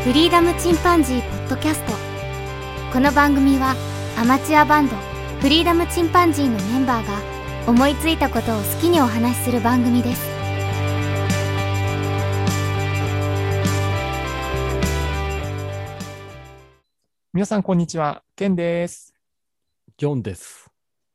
フリーダムチンパンジーポッドキャスト。この番組はアマチュアバンドフリーダムチンパンジーのメンバーが思いついたことを好きにお話しする番組です。 皆さんこんにちは、ケンです。 ジョンです。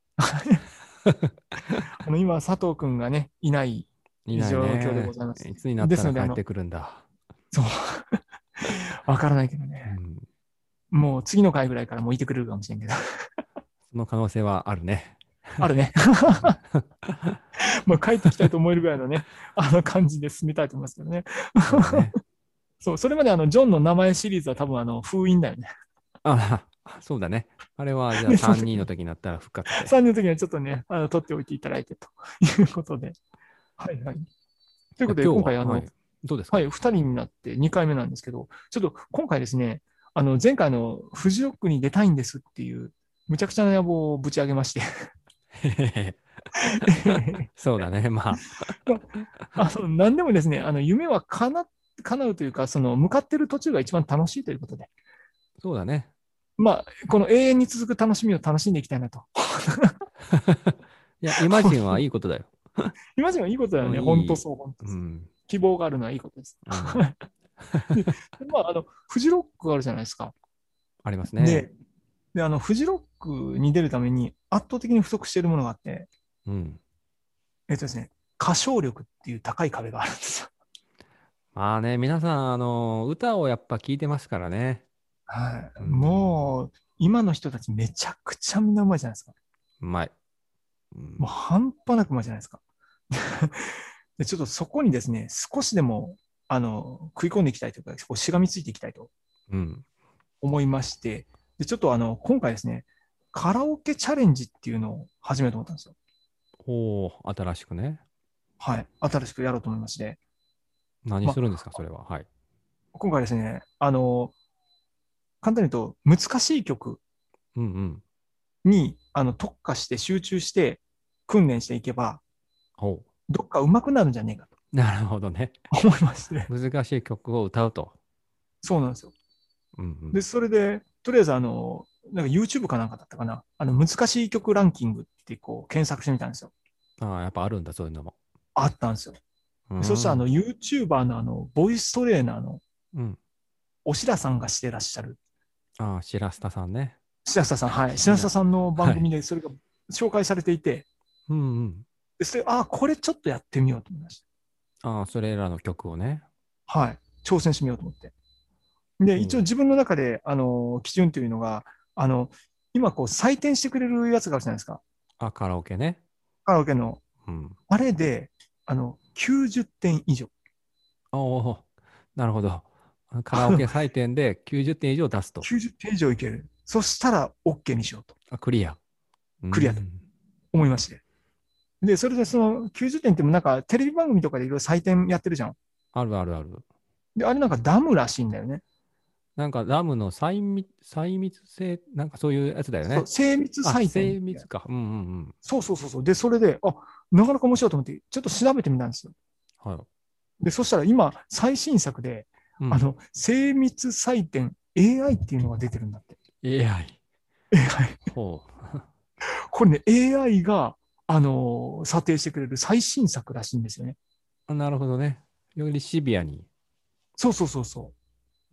今佐藤くんがねいない状況でございます。 いつになったら帰ってくるんだ。 そうわからないけどね、もう次の回ぐらいからもういてくれるかもしれんけどその可能性はあるね。 あるねもう帰ってきたいと思えるぐらいのね感じで進めたいと思いますけどね。そう、それまでジョンの名前シリーズは多分封印だよね。 ああ、そうだね。あれはじゃあ3人の時になったら復活で。 3人の時にはちょっとね取っておいていただいてということで、はいはい。ということで今回はい、どうですか。 はい、2人になって2回目なんですけど、ちょっと今回ですね、前回フジロックに出たいんですっていうむちゃくちゃな野望をぶち上げましてそうだね、まあ何でもですね、夢は叶うというか、向かっている途中が一番楽しいということで、 そうだね。 まあ、この永遠に続く楽しみを楽しんでいきたいなと。 いや、イマジンはいいことだよ。 イマジンはいいことだよね、本当そう、本当そう。希望があるのはいいことです。まあ、フジロックがあるじゃないですか。 ありますね。 で、フジロックに出るために圧倒的に不足しているものがあって、ですね、歌唱力っていう高い壁があるんですよ。 まあね、皆さん、歌をやっぱ聞いてますからね。 はい。もう、今の人たちめちゃくちゃみんなうまいじゃないですか。 うまい。 もう半端なくうまいじゃないですか。でちょっとそこにですね、少しでも、食い込んでいきたいというか、こうしがみついていきたいと思いまして、でちょっと今回ですね、カラオケチャレンジっていうのを始めようと思ったんですよ。 新しくね。 はい。新しくやろうと思いまして。 何するんですか、それは。はい。 今回ですね、簡単に言うと、難しい曲に、特化して集中して訓練していけば、どっか上手くなるんじゃねえかと。 なるほどね。 思いまして。 難しい曲を歌うと。 そうなんですよ。で、それで、とりあえずなんか YouTube かなんかだったかな。難しい曲ランキングってこう検索してみたんですよ。 やっぱあるんだ、そういうのも。 あったんですよ。そしたらYouTuber のボイストレーナーの、おしらさんがしてらっしゃる。 白下さんね。 白下さん、はい。白下さんの番組でそれが紹介されていて、それ、これちょっとやってみようと思いました。 それらの曲をね。 はい。挑戦してみようと思って。で、一応自分の中で、基準というのが、今こう採点してくれるやつがあるじゃないですか。 カラオケね。 カラオケの。あれで、90点以上。 なるほど。カラオケ採点で90点以上出すと。 90点以上いける。そしたら OK にしようと。 クリア。 クリアと思いまして。で、それでその90点ってなんかテレビ番組とかでいろいろ採点やってるじゃん。 あるあるある。 で、あれなんかダムらしいんだよね。 なんかダムの細密性、なんかそういうやつだよね。そう、 精密採点。 精密か。 そう。で、それで、なかなか面白いと思って、ちょっと調べてみたんですよ。 はい。 で、そしたら今、最新作で、精密採点 AI っていうのが出てるんだって。 AI。 これね、AI が、査定してくれる最新作らしいんですよね。 なるほどね。よりシビアに。 そう。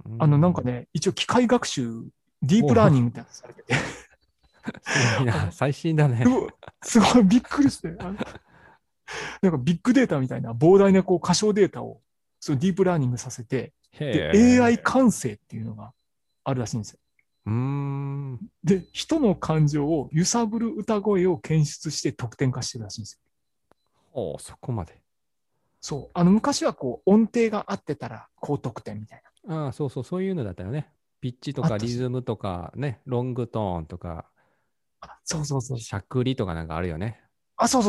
なんかね、一応機械学習、ディープラーニングってされてて。 すごいな、最新だね。 すごいびっくりして。なんかビッグデータみたいな膨大なこう歌唱データをそのディープラーニングさせて、で AI 感性っていうのがあるらしいんですよ。で、人の感情を揺さぶる歌声を検出して得点化してるらしいんですよ。そこまで。 そう。昔はこう音程が合ってたら高得点みたいな。そういうのだったよね。ピッチとかリズムとかね、ロングトーンとか。 そう。 しゃくりとかなんかあるよね。 そう。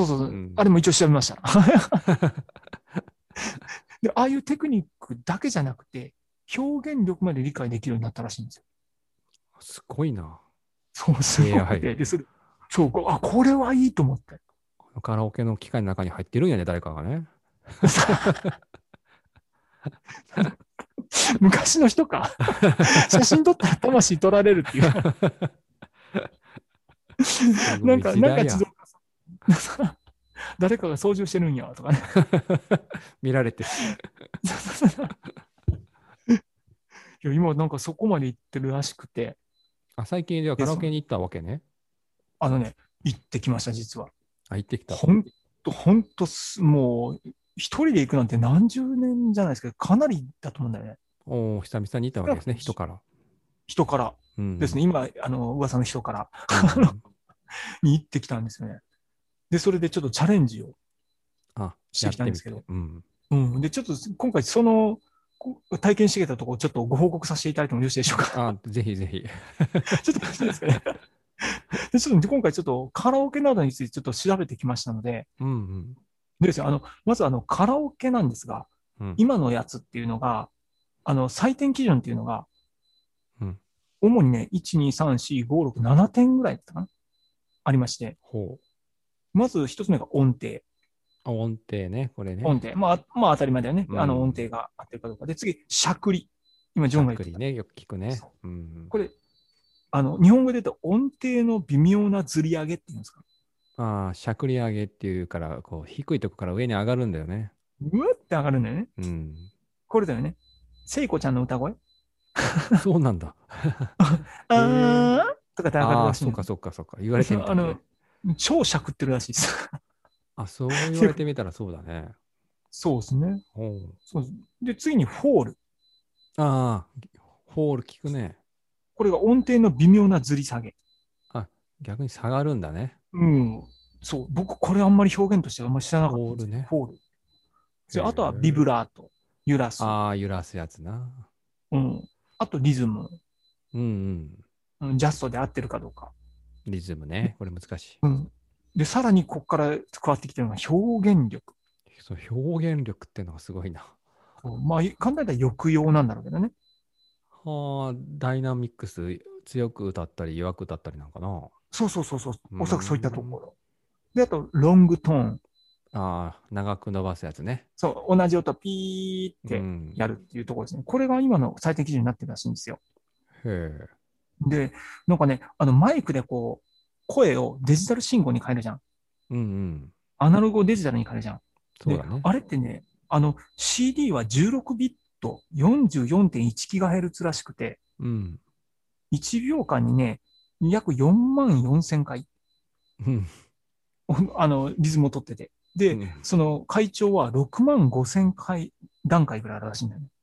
あれも一応調べました。で、ああいうテクニックだけじゃなくて、表現力まで理解できるようになったらしいんですよ。 すごいな。 そう、すごくて。そう、これはいいと思って。 カラオケの機械の中に入ってるんやね、誰かがね。 昔の人か。写真撮ったら魂取られるっていう。なんか自動化誰かが操縦してるんやとかね。 見られてる。 いや今なんかそこまで行ってるらしくて。 最近ではカラオケに行ったわけね。 行ってきました、実は。 行ってきた。 ほんと、もう、一人で行くなんて何十年じゃないですけど、かなりだと思うんだよね。 久々に行ったわけですね、人から。 人からですね、今、噂の人からに行ってきたんですよね。で、それでちょっとチャレンジをしてきたんですけど。で、ちょっと今回その体験してきたところをちょっとご報告させていただいてもよろしいでしょうか。 ぜひぜひ。 ちょっとよろしいですかね。でちょっと今回ちょっとカラオケなどについてちょっと調べてきましたので、でですよ、まずカラオケなんですが、今のやつっていうのが、採点基準っていうのが、主にね、1、2、3、4、5、6、7点ぐらいだったかなありまして、まず一つ目が音程。 音程ね、これね。 音程。まあ当たり前だよね。音程が合ってるかどうか。で、次、しゃくり。今、ジョンが言ってた。 しゃくりね、よく聞くね。 これ、日本語で言うと音程の微妙なずり上げっていうんですか。 しゃくり上げっていうから、こう、低いとこから上に上がるんだよね。 うわって上がるんだよね。これだよね。聖子ちゃんの歌声そうなんだ。 とかって上がるらしい。 そうか。言われてみたら。 超しゃくってるらしいです。 そう言われてみたらそうだね。 そうですね。で、次にフォール。 フォール聞くね。 これが音程の微妙なずり下げ。 逆に下がるんだね。 そう。僕、これあんまり表現としてあんまり知らなかった。 フォールね。 フォール。あとはビブラート。揺らす。 揺らすやつな。 あとリズム。 ジャストで合ってるかどうか。 リズムね。これ難しい。 で、さらにここから加わってきてるのが表現力。 表現力っていうのがすごいな。 まあ、簡単に言ったら抑揚なんだろうけどね。 ダイナミックス、強く歌ったり弱く歌ったりなんかな。 そう。おそらくそういったところ。で、あと、ロングトーン。 長く伸ばすやつね。 そう、同じ音ピーってやるっていうところですね。これが今の最適基準になってるらしいんですよ。で、なんかね、マイクでこう、声をデジタル信号に変えるじゃん。アナログをデジタルに変えるじゃん。 そうだね。 あれってね、CD は16ビット 44.1kHz らしくて、1秒間にね、約44,000回、リズムを取ってて。で、その回調は65,000回段階ぐらいあるらしいんだよね。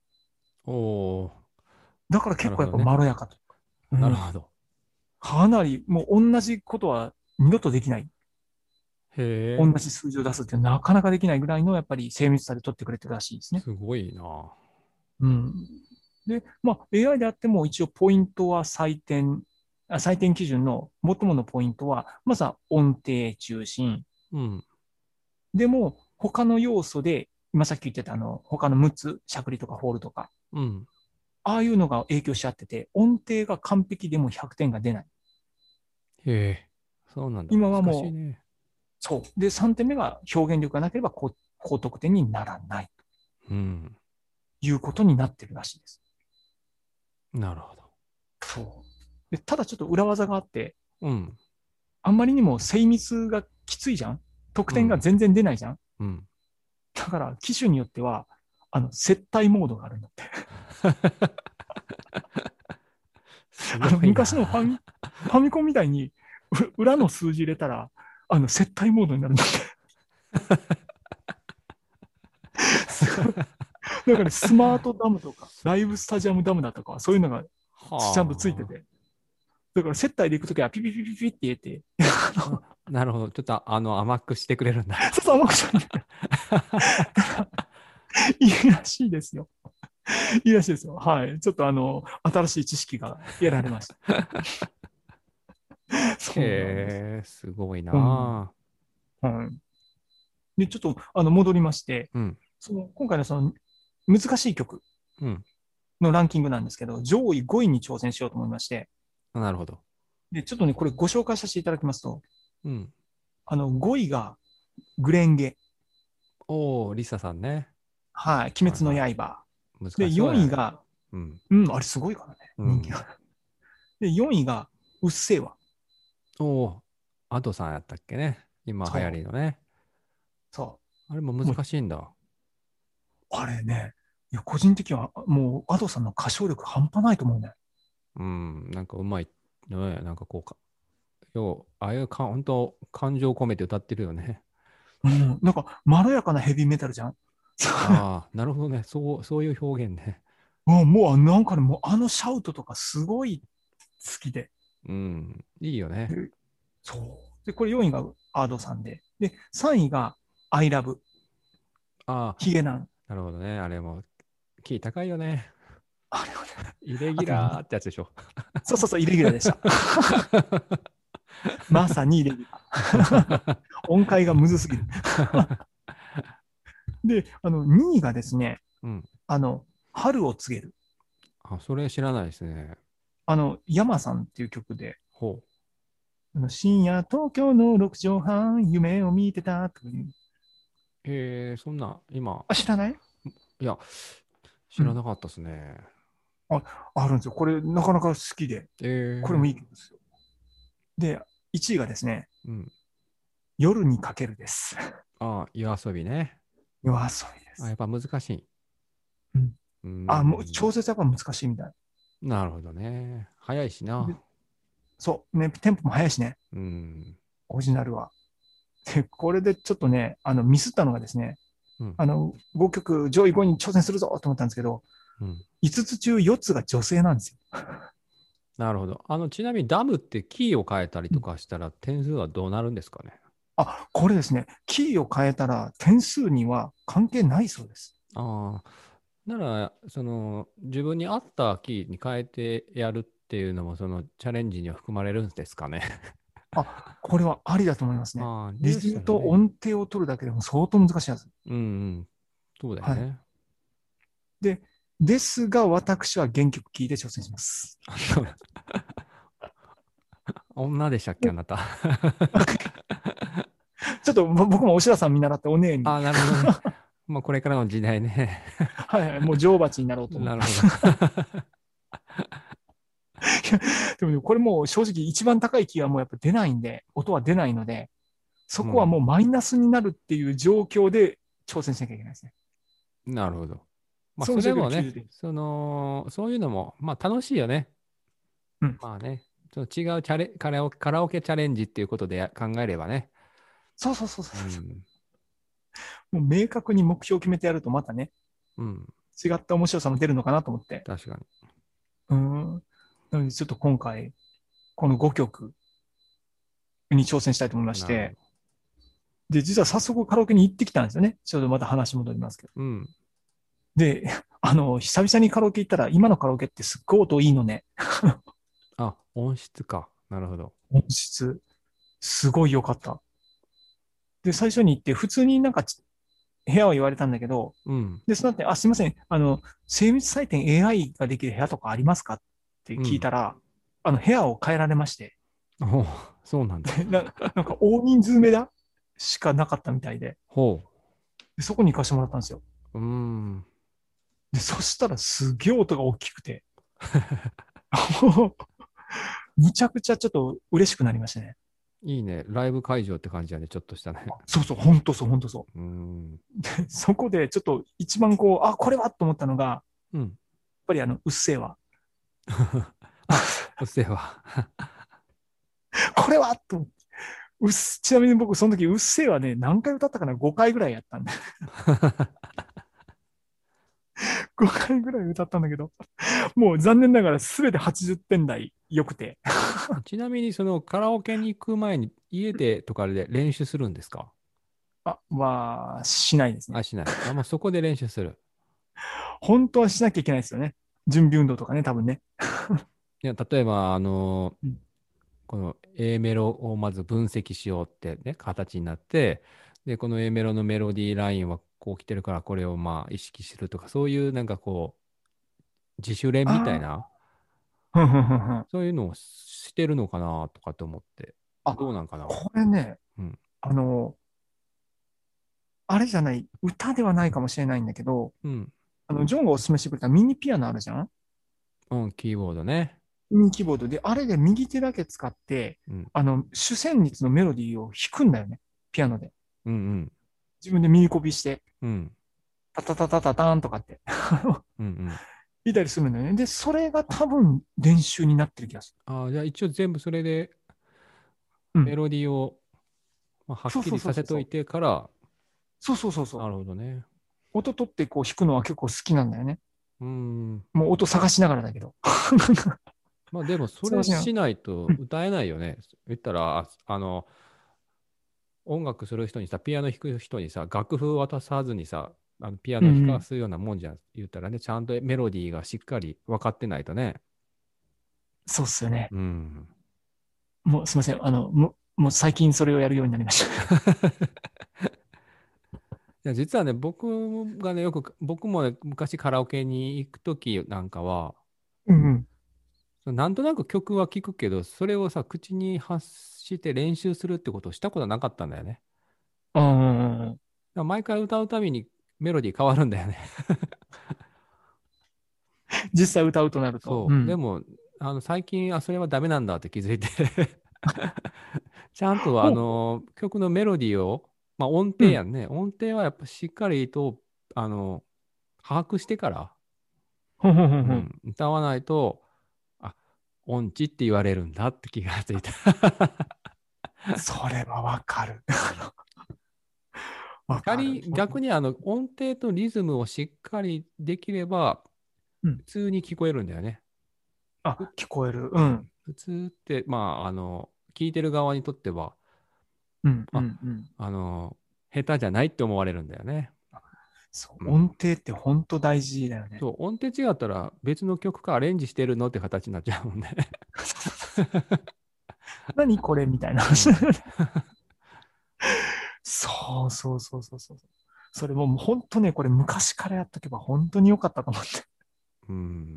だから結構やっぱまろやかと。 なるほど。 かなり、もう同じことは二度とできない。同じ数字を出すってなかなかできないぐらいのやっぱり精密さで取ってくれてるらしいですね。 すごいな。 で、まあ AI であっても一応ポイントは採点基準の最ものポイントは、まずは音程中心。でも他の要素で、今さっき言ってた他の6つ、しゃくりとかフォールとか、ああいうのが影響しちゃってて、音程が完璧でも100点が出ない。 そうなんだ。 今はもう、そう。で、3点目が表現力がなければ高得点にならないということになってるらしいです。 なるほど。 そうで。ただちょっと裏技があって、あんまりにも精密がきついじゃん。得点が全然出ないじゃん。だから機種によっては接待モードがあるんだって。昔のファミコンみたいに裏の数字入れたら接待モードになるんだって。だからスマートダムとかライブスタジアムダムだとかそういうのがちゃんとついてて、だから接待で行くときはピピピピピって言えてなるほど、ちょっと甘くしてくれるんだ。 そう甘くしてくれる。いいらしいですよ。いいらしいですよ。はい。ちょっと新しい知識が得られました。 すごいな。 で、ちょっと戻りまして、今回のその難しい曲のランキングなんですけど、上位5位に挑戦しようと思いまして。 なるほど。 で、ちょっとね、これご紹介させていただきますと、5位がグレンゲ。 リサさんね。 はい。鬼滅の刃。で、4位がうん。 うん、あれすごいからね、人気が。で、4位が、うっせぇわ。 おお、アドさんやったっけね。今流行りのね。 そあれもう。もう、 難しいんだ。 あれね、いや、個人的には、もう、Ado さんの歌唱力半端ないと思うね。 うん。なんかうまい。ね、なんかこうか、ああいう本当感情込めて歌ってるよね。 うん、なんか、まろやかなヘビーメタルじゃん。 ああ、なるほどね。そういう表現ね。 もう、なんかね、もう、あのシャウトとかすごい好きで。 うん。いいよね。 でそう。で、これ4位が Ado さんで。で、3位が I love ああ、 ヒゲナン。 なるほどね。あれも、キー高いよね。 あれはね、 イレギュあとね、 ラーってやつでしょ。 そうそうそう、イレギュラーでした。まさにイレギュラー。音階がむずすぎる。で、2位がですね、 うん。 春を告げる。 あ、それ知らないですね。 山さんっていう曲で、 ほ深夜東京の6畳半、夢を見てたという。 う。そんな、今、 あ、知らない？ いや、 うん。 知らなかったですね。 あるんですよ。これ、なかなか好きで、これもいいえ曲ですよ。で、1位がですね、 うん。 夜にかけるです。 あ、夜遊びね。 夜遊びであ、やっす。 ぱ難しい。 うん。 うーもう、調ん。 節やっぱ難しいみたい。 なるほどね。早いしで、 な。 そう、ね、テンポも速いしね、 うん。 オリジナルは。で、これでちょっとね、ミスったのがですね、 うん。 5曲上位5に挑戦するぞと思ったんですけど、 うん。 5つ中4つが女性なんですよ。 なるほど。ちなみにダムってキーを変えたりうん。 とかしたら点数はどうなるんですかね。 これですね、キーを変えたら点数には関係ないそうです。 ああ。なら、自分に合ったキーに変えてやるっていうのも、そのチャレンジには含まれるんですかね。 これはありだと思いますね。 ああ、でリズムとしたらね。 音程を取るだけでも相当難しいはず。 うんうん。そうだよはい。 ね。 で、ですが、私は原曲キーで挑戦します。 女でしたっけ、あでなた。 ちょっと僕もおしらさん見習ってお姉に、 ああ、なるほどね。まあ、これからの時代ね。 はいはい、もう女王蜂になろうと思っなるほど。 てます。でもね、これもう正直一番高いキーはもうやっぱ出ないんで、音は出ないので、そこはもううん。 マイナスになるっていう状況で挑戦しなきゃいけないですね。 なるほど。まあ、そその状況でれもね、 90点。 そういうのも、まあ、楽しいよね。 うん。 まあね、その違うカラオケチャレンジっていうことで考えればね。 そうそうそうそう。 うん。 もう明確に目標を決めてやるとまたね、 うん。 違った面白さも出るのかなと思って。 確かに。 なのでちょっと今回、この5曲に挑戦したいと思いましなるほど。 て、で、実は早速カラオケに行ってきたんですよね。ちょっとまた話戻りますけど。 うん。 で、久々にカラオケ行ったら、今のカラオケってすっごい音いいのね。 あ、音質か。なるほど。 音質、すごい良かった。で、最初に行って、普通になんか部屋を言われたんだけど、 うん。 で、その後に、すいません、精密採点 AI ができる部屋とかありますかってうん。 聞いたら、部屋を変えられまして、 お、そうなんだ。 なんか大人数目だしかなかったみたいで、 ほで、そこに行かせてもらったんですよ。 う。うーん。 で、そしたらすげえ音が大きくて、むちゃくちゃちょっと嬉しくなりましたね。 いいね。ライブ会場って感じやね。ちょっとしたね。 そうそう、ほんとそう、ほんとそうーん。 う。で、そこでちょっと一番これはと思ったのが、やっうん。 ぱりうっせぇわ。 あ、うっせぇわ。 これはと思って。ちなみに僕、その時、うっせぇわね、何回歌ったかな？ 5 回ぐらいやったんで。5回ぐらい歌ったんだけど、もう残念ながら全て80点台良くて。 ちなみに、そのカラオケに行く前に家でとかで練習するんですか？ しないですあ、 ね。 しない。あ、まあ、そこで練習する。 本当はしなきゃいけないですよね。準備運動とかね、多分ね。 いや、例えば、 うん。 この A メロをまず分析しようってね、形になって、で、この A メロのメロディーラインはこう来てるから、これをまあ意識するとか、そういうなんかこう、自主練みたいあな、 ふんふんふんふん。 そういうのをしてるのかなとかって思って、どうなあ、 んかな。 これね、 うん。 あの、あれじゃない、歌ではないかもしれないんだけど、 うん。 ジョンがおすすめしてくれたミニピアノあるじゃん。 うん、キーボードね。 ミニキーボードで、あれで右手だけ使って、 うん。 主旋律のメロディーを弾くんだよね。ピアノで。 うんうん自分で耳コピして、 うん。 タタタタタターンとかってうんうん。 弾いたりするんだよね。で、それが多分練習になってる気がすああ、じゃあ一応全部それでる。うん。 メロディーを、まあ、はっそうそうきりそうそうそう。 させといてから、 そうそうそうそう。 なるほどね。 音取ってこう弾くのは結構好きなんだよね。 うん。 もう音探しながらだけど。 まあでもそ探しながら。 れしないとうん。 歌えないよね。言ったら、音楽する人にさ、ピアノ弾く人にさ、楽譜渡さずにさ、ピアノ弾かうんうん。 すようなもんじゃん。言ったらね、ちゃんとメロディーがしっかり分かってないとね。 そうっすよね。 うん。 もうすいません。もう最近それをやるようになりました。 いや実はね、僕がね、僕もね、昔カラオケに行くときなんかは、 うんうん。 なんとなく曲は聴くけど、それをさ、口に発して練習するってことをしたことはなかったんだよね。 うんうんうん。 だから毎回歌うたびにメロディー変わるんだよね。 実際歌うとなると。うそう。でん。 も、最近、それはダメなんだって気づいてちゃんとほう。 曲のメロディーを、まあ音うん。 程やんね。音程はやっぱしっかりと、把握してから、 ほんほんほんほん。 うん、歌わないと、あ、音痴って言われるんだって気がついた。 それはわかる。わかる。 逆に音程とリズムをしっかりできれば、 うん。 普通に聞こえるんだよね。 あ、聞こえる。うん。 普通って、まあ、聞いてる側にとっては、 うん、うあ、 ん、うん。 下手じゃないって思われるんだよね。 そう、 うん。 音程って本当大事だよね。 そう、音程違ったら別の曲かアレンジしてるのって形になっちゃうもんね。 何これみたいな話。 うん。 そうそうそうそうそう。それもう本当ね、これ昔からやっとけば本当に良かったと思って。 うん。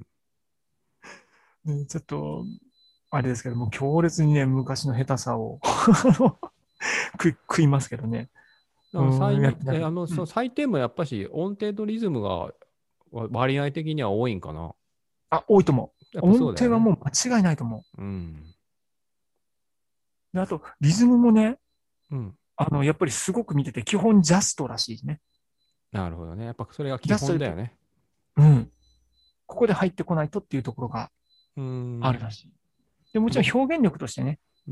ねちょっと、あれですけども、強烈にね、昔の下手さを食いますけどね。 だからうん、やる。うん。 最低もやっぱし音程とリズムが割合的には多いんかな。 あ、多いと思う。 やっぱ音そうだよね。 程はもう間違いないと思う。 うん。 で、あと、リズムもね、 うん。 やっぱりすごく見てて、基本ジャストらしいね。 なるほどね。やっぱそれが基ジャスト言うと、 本だよね。 うん。ここで入ってこないとっていうところがうん。 あるらしい。で、もちろん表現力としてね、 うん。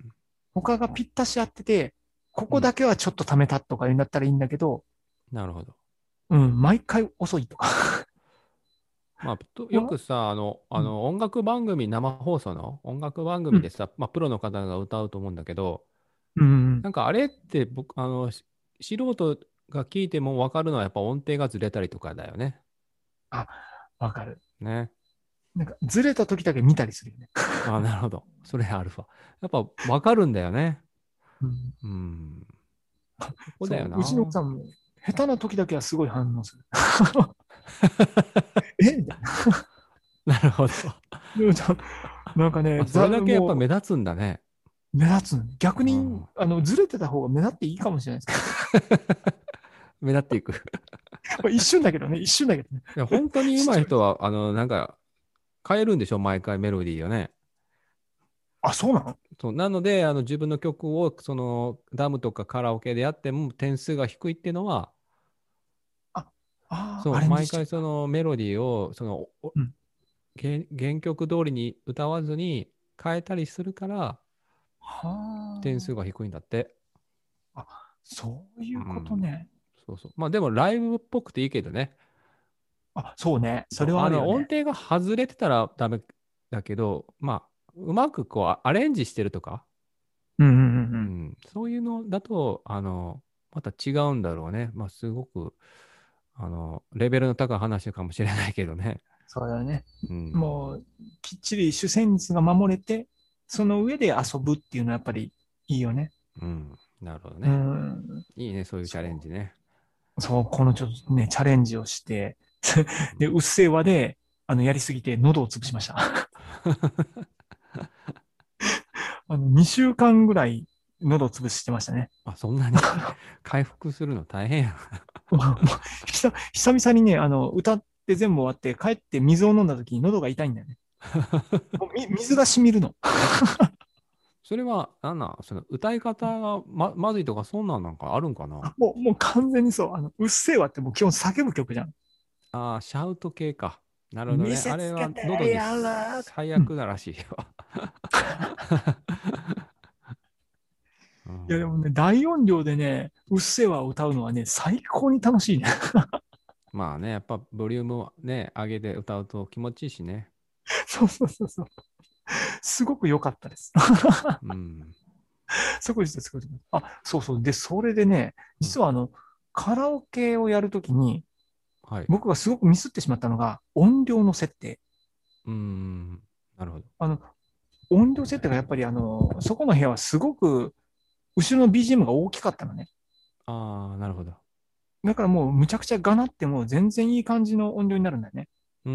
他がぴったし合ってて、こうん。 こだけはちょっとためたとか言うんだったらいいんだけど、 なるほど。 うん、毎回遅いとか。 まあ、よくこさ、 うん、 音楽番組、生放送の音楽番うん、 組でさ、まあ、プロの方が歌うと思うんだけど、 うん。 なんかあれって僕、素人が聞いても分かるのはやっぱ音程がずれたりとかだよね。 あ、わかる。 ね。 なんか、ずれた時だけ見たりするよね。 あ、なるほど。それアルファ。やっぱ分かるんだよね。 うん、 うん。ここだよそう、うちの奥な。 さんも、下手な時だけはすごい反応する。えみたいな。 なるほど。 でもなんかね、 それだけやっぱ目も立つんだね。 う、目立つの。逆に、 うん。 ずれてた方が目立っていいかもしれないです目立っていく。いけど。一瞬だけどね、一瞬だけどね。 や、本当に視聴率。 上手い人は、なんか、変えるんでしょ毎回メロディーをね。 あ、そうなの？ そう、なので、自分の曲を、ダムとかカラオケでやっても点数が低いっていうのは、 あ、 そう、 アレンジ毎回しちゃった。 そのメロディーを、 うん。 原曲通りに歌わずに変えたりするから、点数はが低いんだって。 あ。あ、そういうことうん。 ね。 そうそう。まあでもライブっぽくていいけどね。 あ、そうね。それそう音はあるよね。 程が外れてたらダメだけど、まあ、うまくこうアレンジしてるとか、 うんうんうんうん。 うん、そういうのだと、また違うんだろうね。まあ、すごく、レベルの高い話かもしれないけどね。 そうだね。 うん。 もう、きっちり主旋律が守れて、その上で遊ぶっていうのはやっぱりいいよね。 うん。なるほどうね。 ん。 いいね、そういうチャレンそジね。 う。そう、このちょっとね、チャレンジをして、で、 うん。 うっせぇわで、やりすぎて喉を潰しました。2週間ぐらい喉を潰してましたね。 あ、そんなに回復するの大変や。 もう久々にね、歌っって全部終わって、帰って水を飲んだ時に喉が痛いんだよね。もう水が染みるの。 それは、その歌い方がまずいとか、そんなんなんかあるんかな。 もう完全にそう。うっせぇわってもう基本叫ぶ曲じゃん。 ああ、シャウト系か。なるほどね。 見せあれはつけて喉にやら最悪だらしいよ。 いやでもね、大音量でね、うっせぇわを歌うのはね、最高に楽しいね。 まあね、やっぱボリュームをね、上げて歌うと気持ちいいしね。 そうそうそうそう。すごく良かったです。 うん。 すごいです、すごいです。あ、そうそう。で、それでね、実はカラオケをやるときに、 はい。 僕がすごくミスってしまったのが、音量の設定。 なるほど。 音量設定がやっぱりそこの部屋はすごく、後ろの BGM が大きかったのね。 ああ、なるほど。 だからもうむちゃくちゃがなっても全然いい感じの音量になるんだよね。 うん。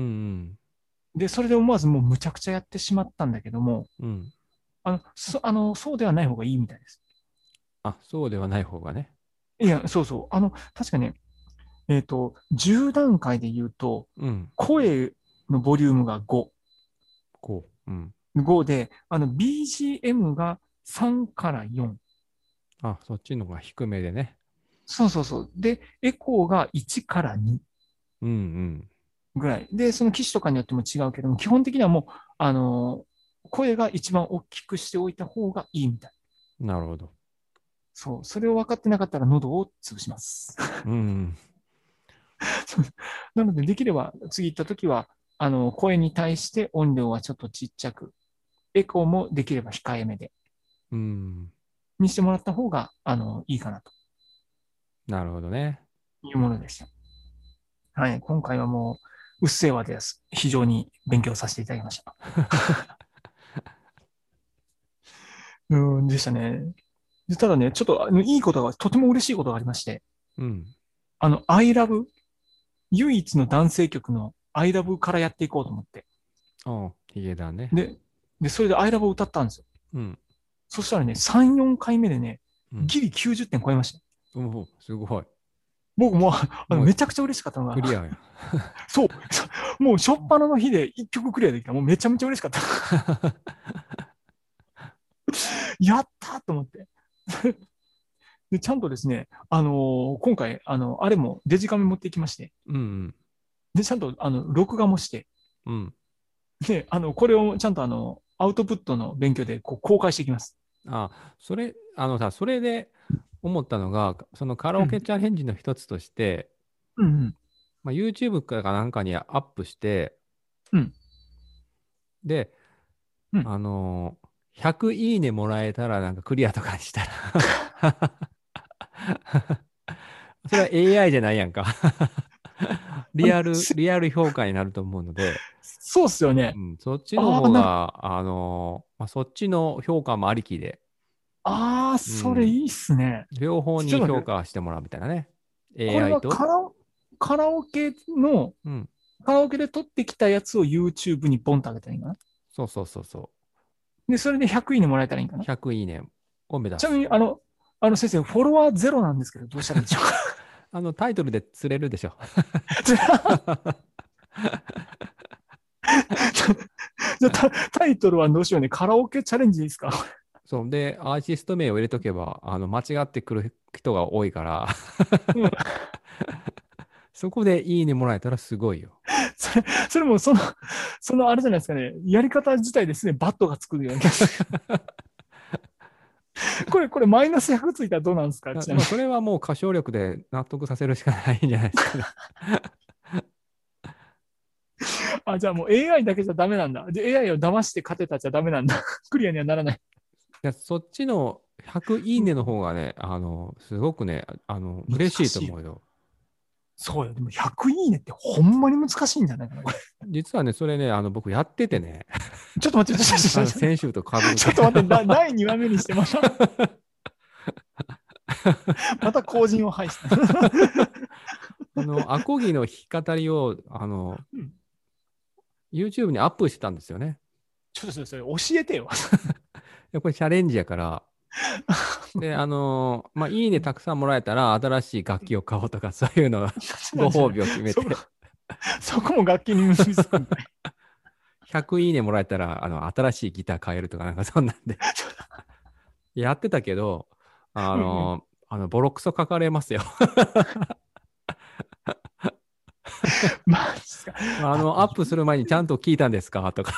で、それで思わずもうむちゃくちゃやってしまったんだけども、 うん。 そうではない方がいいみたいです。 あ、そうではない方がね。 いや、そうそう。確かね、10段階で言うと、 うん。 声のボリュームが5。 こう。うん。 5で、BGM が3から4。 あ、そっちの方が低めでね。 そうそうそう。で、エコーが1から2 うんうん。 ぐらい。で、その機種とかによっても違うけども、基本的にはもう、声が一番大きくしておいた方がいいみたい。 なるほど。 そう。それを分かってなかったら喉を潰します。 うん。 なので、できれば次行った時は、声に対して音量はちょっとちっちゃく、エコーもできれば控えめで、 うん。 にしてもらった方が、いいかなとなるほどね。 いうものでした。はい。今回はもう、うっせぇわです。非常に勉強させていただきました。でしたね。でただね、ちょっといいことが、とても嬉しいことがありまして、 うん。 ILOVE、唯一の男性曲の ILOVE からやっていこうと思って。 ヒゲダンね。 で、それで ILOVE を歌ったんですよ。 うん。 そしたらね、3、4回目でね、 うん、 ギリ90点超えました。 すごい。 僕ももうめちゃくちゃ嬉しかったのが、 クリアや。 そう、もう初っ端の日で1曲クリアできた。もうめちゃめちゃ嬉しかった。やったと思って。で、ちゃんとですね、今回、あれもデジカメ持ってきまして、 うん。 で、ちゃんと、録画もして、 うん。 で、これをちゃんとアウトプットの勉強でこう公開していきます。 それで思ったのが、そのカラオケチャレンジの一つとして、 うんうん YouTube かなんかにアップして、 うん。 で、 うん。 100いいねもらえたらなんかクリアとかにしたらそれは AI じゃないやんかリアル評価になると思うので、 そうっすよね。 そっちの方が、そっちの評価もありきで、 それいいっすね。 両方に評価してもらうみたいなね。 これ AI はと。 カラオケで撮ってきたやつを YouTube にポンと上げたらいいかな。 そうそうそうそで、それで100いいねもらえたらいいかな。 100いいねを目指す。 ちなみに、先生、フォロワーゼロなんですけど、どうしたらいいでしょうか。 タイトルで釣れるでしょ。 じゃタイトルはどうしようね。カラオケチャレンジですか。 そうで、アーティスト名を入れとけば、間違ってくる人が多いからそこでいいねもらえたらすごいよ。 それもそのあれじゃないですかね。やり方自体ですね、バットがつくような気がする。これマイナス100ついたらどうなんですか。ちなみにそれはもう歌唱力で納得させるしかないんじゃないですかね。 じゃあもう AI だけじゃダメなんだ。で、AI を騙して勝てたじゃダメなんだ。クリアにはならない。 そっちの100いいねの方がね、すごくね、嬉しいと思うよ。 そうよ。でも100いいねってほんまに難しいんじゃないかな、これ。 実はね、それね、僕やっててね。 ちょっと待って、 先週とかぶる。 ちょっと待って、第2話目にしてまた。また後陣を排した。 アコギの弾き語りを、YouTube にアップしてたんですよね。 ちょっとそれ教えてよ。 やっぱりチャレンジやから。で、いいねたくさんもらえたら、新しい楽器を買おうとか、そういうの、ご褒美を決めて。 そこも楽器に結びつくんだ。 100いいねもらえたら、新しいギター買えるとかなんかそんなんで。やってたけど、ボロクソ書かれますよ。 マジっすか。 アップする前にちゃんと聞いたんですかとか。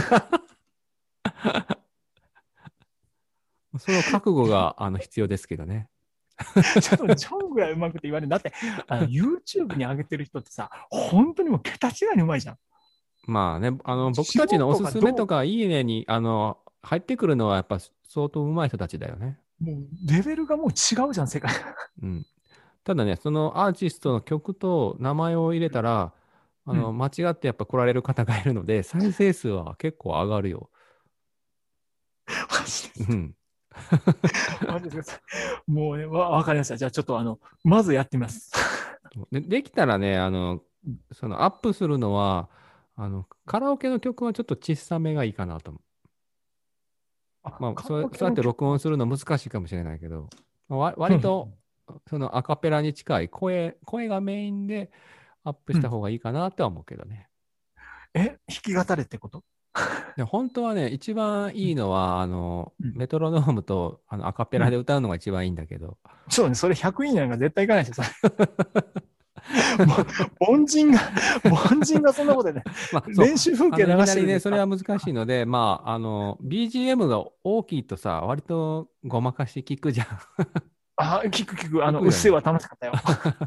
その覚悟が必要ですけどね。 ちょっとジョンぐらいうまくて言われる。だって、YouTube に上げてる人ってさ、本当にもう桁違いにうまいじゃん。 まあね、僕たちのおすすめとか、いいねに、入ってくるのはやっぱ相当うまい人たちだよね。 もう、レベルがもう違うじゃん、世界。 うん。ただね、そのアーティストの曲と名前を入れたら、間違ってやっぱ来られる方がいるので、再生数は結構上がるよ。 マジで。 うん。 マジです。もうね、わかりました。じゃあちょっとまずやってみます。 できたらね、そのアップするのは、カラオケの曲はちょっと小さめがいいかなと思う。まあ、そうやって録音するの難しいかもしれないけど、割と、そのアカペラに近い声がメインでアップした方がいいかなって思うけどね。 弾き語れってこと？ で本当はね、一番いいのは、メトロノームとアカペラで歌うのが一番いいんだけど。 そうね、それ100いいねなんか絶対いかないですよ、それ。凡人がそんなことでね、 まあ、 練習風景流してるね、それは難しいので、まあ、BGM が大きいとさ、割とごまかし聞くじゃん。 聞く。うっせぇわ楽しかったよ。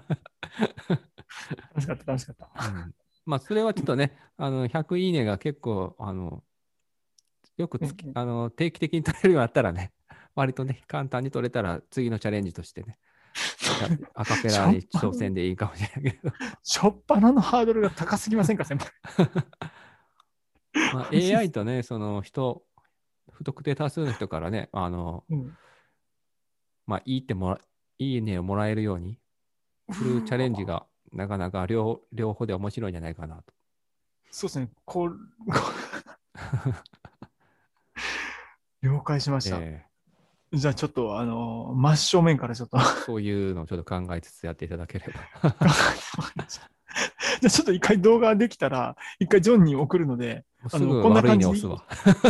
楽しかった。 まあ、それはちょっとね、100いいねが結構、よく定期的に取れるようになったらね、割とね、簡単に取れたら次のチャレンジとしてね、アカペラに挑戦でいいかもしれないけど。 しょっぱなのハードルが高すぎませんか、先輩。 まあ、AI とね、不特定多数の人からね、まあ、いいねをもらえるようにするチャレンジが、なかなか両方で面白いんじゃないかなと。 そうですね。了解しました。じゃあちょっと、真正面からちょっと。 そういうのをちょっと考えつつやっていただければ。 じゃあちょっと一回動画できたら、一回ジョンに送るので、 すぐ悪いね押すわ。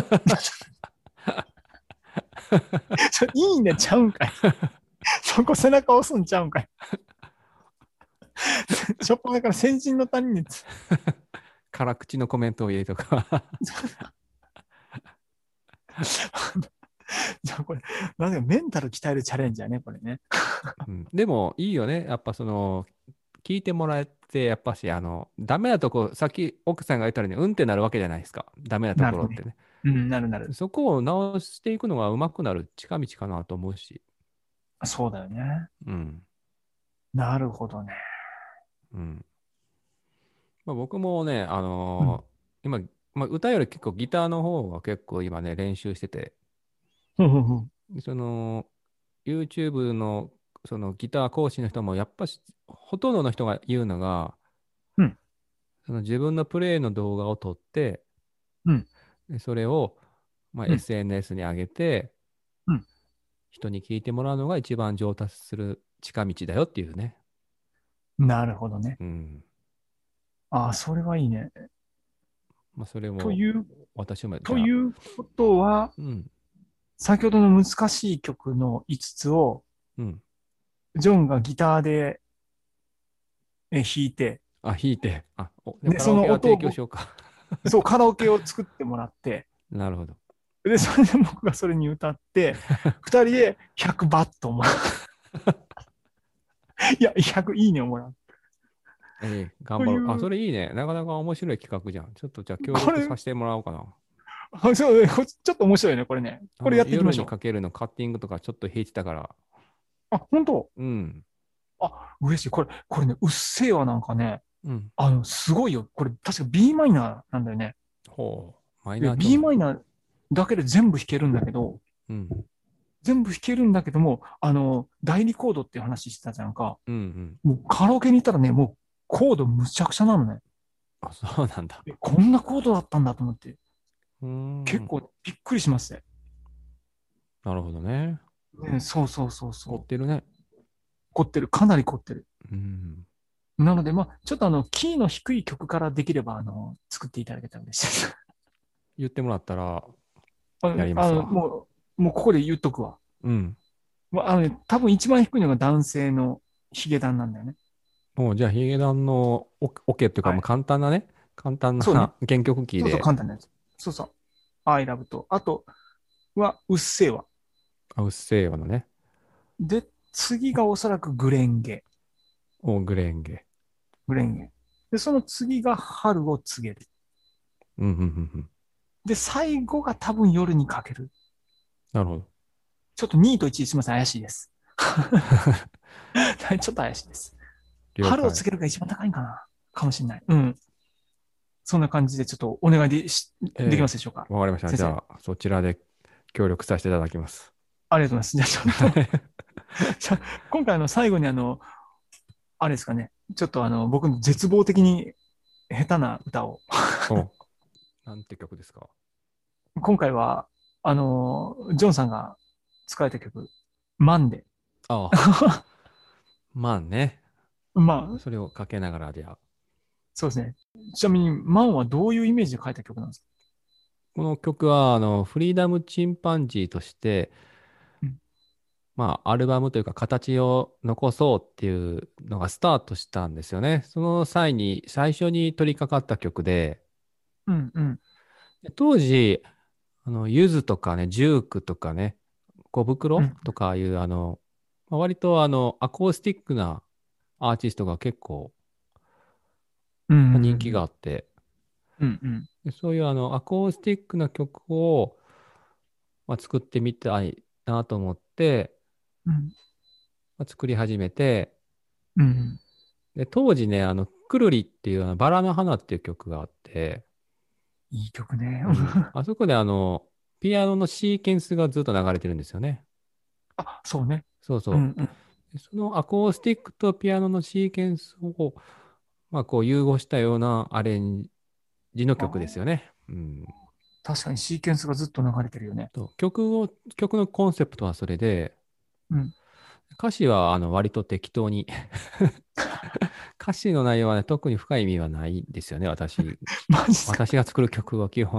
いいねちゃうんかい。そこ背中押すんちゃうんかい。しょっぱなから先人の谷に。 辛口のコメントを入れとか。 じゃあこれ、なんかメンタル鍛えるチャレンジやね、これね。 でもいいよね。やっぱ聞いてもらえて、やっぱし、ダメなとこ、さっき奥さんが言ったように、ってなるわけじゃないですか。ダメなところってね。 なる。 そこを直していくのがうまくなる近道かなと思うし。 そうだよね。なるほどね。 まあ、僕もね、今、まあ、歌より結構ギターの方が結構今ね、練習してて、YouTube のそのギター講師の人も、やっぱし、ほとんどの人が言うのが、その自分のプレイの動画を撮って、それを、まあ、SNS に上げて、人に聞いてもらうのが一番上達する近道だよっていうね。 なるほどね。ああ、それはいいね。 まあ、それも、私もということは、先ほどの難しい曲の5つを、ジョンがギターで弾いて、 弾いて、 その音を、そう、カラオケを作ってもらって、 なるほど。 で、それで僕がそれに歌って、2人で100バットもらう。いや、100いいねをもらう。 頑張ろう。それいいね。なかなか面白い企画じゃん。ちょっとじゃあ協力させてもらおうかな。 ちょっと面白いね、これね。これやっていきましょう。 夜にかけるのカッティングとかちょっと弾いてたから。 本当？嬉しい。これね、うっせぇわなんかね、すごいよ。これ確か b マイナーなんだよね。 マイナー。 b マイナーだけで全部弾けるんだけど、全部弾けるんだけども、代理コードっていう話してたじゃんか。もうカラオケに行ったらね、もうコードむちゃくちゃなのね。 そうなんだ。 こんなコードだったんだと思って。結構びっくりしますね。 なるほどね。 そう。 凝ってるね。 凝ってる。かなり凝ってる。 なので、まあ、ちょっとキーの低い曲からできれば、作っていただけたら嬉しいです。 言ってもらったらあやりますわ。 もうここで言っとくわ。 うん。 多分一番低いのが男性のヒゲダンなんだよね。 もうじゃあヒゲダンのオケっていうか、もうはい。 簡単なね、簡単そうね。 な原曲キーそうそう、 で、 簡単なやつ。そうそう。I love と、あとは、うっせぇわ。 うっせぇわのね、 で、次がおそらくグレンゲ。 グレンゲ。 グレンゲ。で、その次が春を告げる。 うん、うん、うん、うん。 で、最後が多分夜にかける。 なるほど。 ちょっと2位と1位すみません、怪しいです。ちょっと怪しいです。 了解。 春を告げるが一番高いんかなかもしれない。うん。そんな感じでちょっとお願いできますでしょうか。 わかりました。 先生。 じゃあ、そちらで協力させていただきます。 ありがとうございます。じゃあちょっとじゃあ今回最後にあれですかね。ちょっと僕の絶望的に下手な歌を。 お、なんて曲ですか？ 今回は、ジョンさんが使われた曲、マンで。 ああ、まあね。 まあ、 それをかけながらじゃあ。 そうですね。ちなみに、マンはどういうイメージで書いた曲なんですか？ この曲は、フリーダムチンパンジーとして、 うん、 まあ、アルバムというか形を残そうっていうのがスタートしたんですよね。その際に、最初に取り掛かった曲で、 うん、うん。 で当時、ユズとかね、ジュークとかね、小うん、 袋とかいう、まあ割とアコースティックなアーティストが結構うん、 まあ人気がうん、 あって、 うん、うん。 でそういうアコースティックな曲を、まあ、作ってみたいなと思って、 うん、 まあ、作り始めて、 うん。 で、当時ね、くるりっていうバラの花っていう曲があって、 いい曲ね。 うん。あそこでピアノのシーケンスがずっと流れてるんですよね。 あ、そうね。 そうそう。 うん、うん。 でそのアコースティックとピアノのシーケンスを、まあ、こう融合したようなアレンジの曲ですよあ、 ね。うん。 確かにシーケンスがずっと流れてるよね。 曲のコンセプトはそれで、 うん。 歌詞は割と適当に歌詞の内容はね、特に深い意味はないんですよね、 マジっすか？ 私が作る曲は基本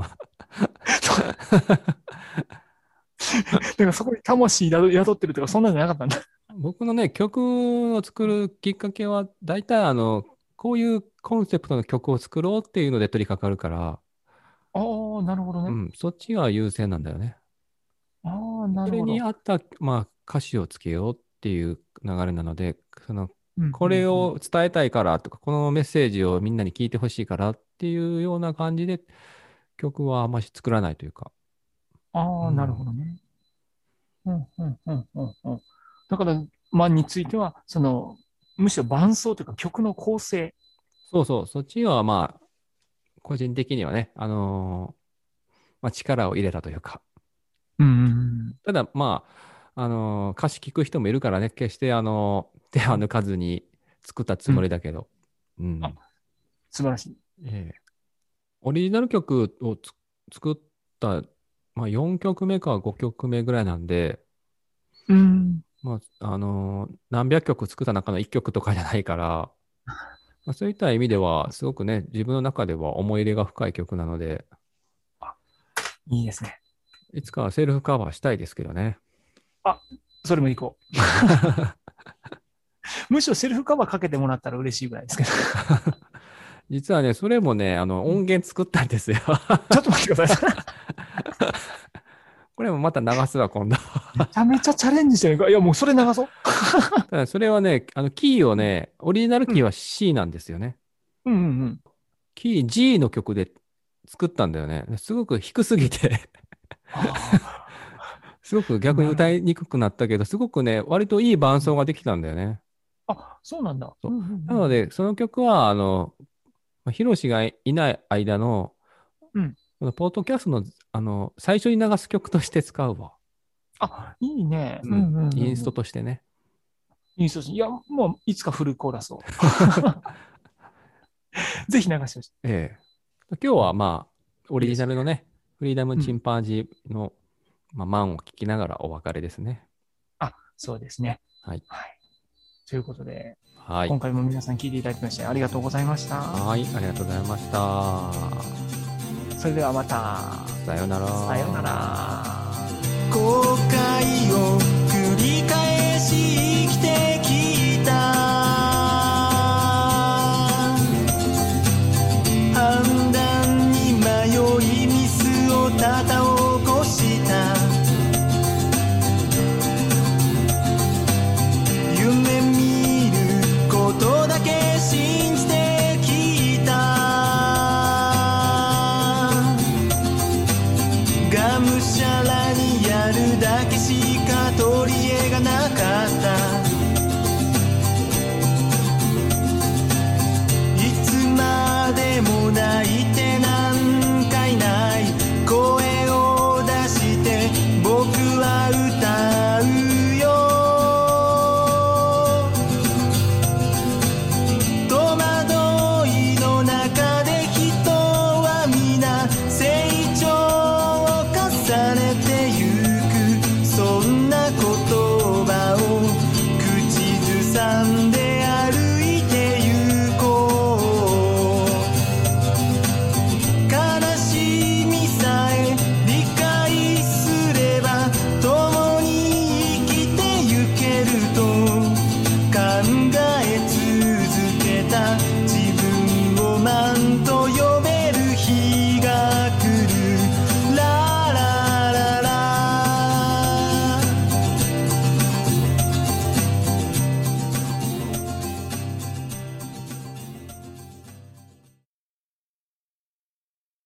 だからそこに魂宿ってるとか、そんなんじゃなかったんだ。 僕のね、曲を作るきっかけは、大体こういうコンセプトの曲を作ろうっていうので取り掛かるから、 ああ、なるほどね。 うん、そっちが優先なんだよね。 ああ、なそれるほど。 に合った、まあ、歌詞をつけようっていう流れなので、 うん、 これうん、うん。 を伝えたいからとか、このメッセージをみんなに聞いてほしいからっていうような感じで、曲はあんまり作らないというか。うああ、なるほん。 どね。うん、うん、うん、うん、うん。だから、マンについては、むしろ伴奏というか曲の構成。 そうそう、そっちはまあ、個人的にはね、まあ、力を入れたというか。 うん、 ただ、まあ、歌詞聞く人もいるからね、決して手は抜かずに作ったつうん。うん。 もりだけど。うあ、 ん。 素晴らしい。 ええオリジナル曲を作った、まあ、4曲目か5曲目ぐらいなんで、 うん。 まあ、何百曲作った中の1曲とかじゃないから、まあ、そういった意味では、すごくね、自分の中では思い入れが深い曲なので、 あ、いいですね。 いつかはセルフカバーしたいですけどね。 あ、それもいこう。むしろセルフカバーかけてもらったら嬉しいぐらいですけど。 実はね、それもね、音源作ったんですよ。 ちょっと待ってください。 これもまた流すわ、今度。 めちゃめちゃチャレンジしてるから。いや、もうそれ流そう。 ただそれはね、キーをうん、 ね、オリジナルうん、 キーは C なんですよね。 うん、うん。 キー G の曲で作ったんだよね。すごく低すぎてあすごくあ、 逆になるほど。 歌いにくくなったけど、すごくね、割といい伴奏ができたんだよね。 あ、そうなんだ。 そう。 うん、うん、うん。 なので、その曲は、ヒロシがいない間の、 うん。 このポッドキャストの、最初に流す曲として使うわ。 あ、いいね。 うん。 うん、うん、うん。 インストうん。 としてね。 いいそうです。いや、もういつかフルコーラスを。ぜひ流してほしい。 ええ。今日うん、 はまあ、オリいいですね。 ジナルのね、フリーダムうん。 チンパンジーの、まあ、マンを聞きながらお別れですね。 あ、そうですね。 はい。 はい。ということで、 はい。 今回も皆さん聞いていただきましてありがとうございました。 はい、ありがとうございました。 それではまた。 さようなら。 さようなら。 後悔を繰り返し生きてきた。判断に迷いミスを多々起こした。夢見ることだけ信じてきた。がむしゃらにやるだけしか取り柄がなかった。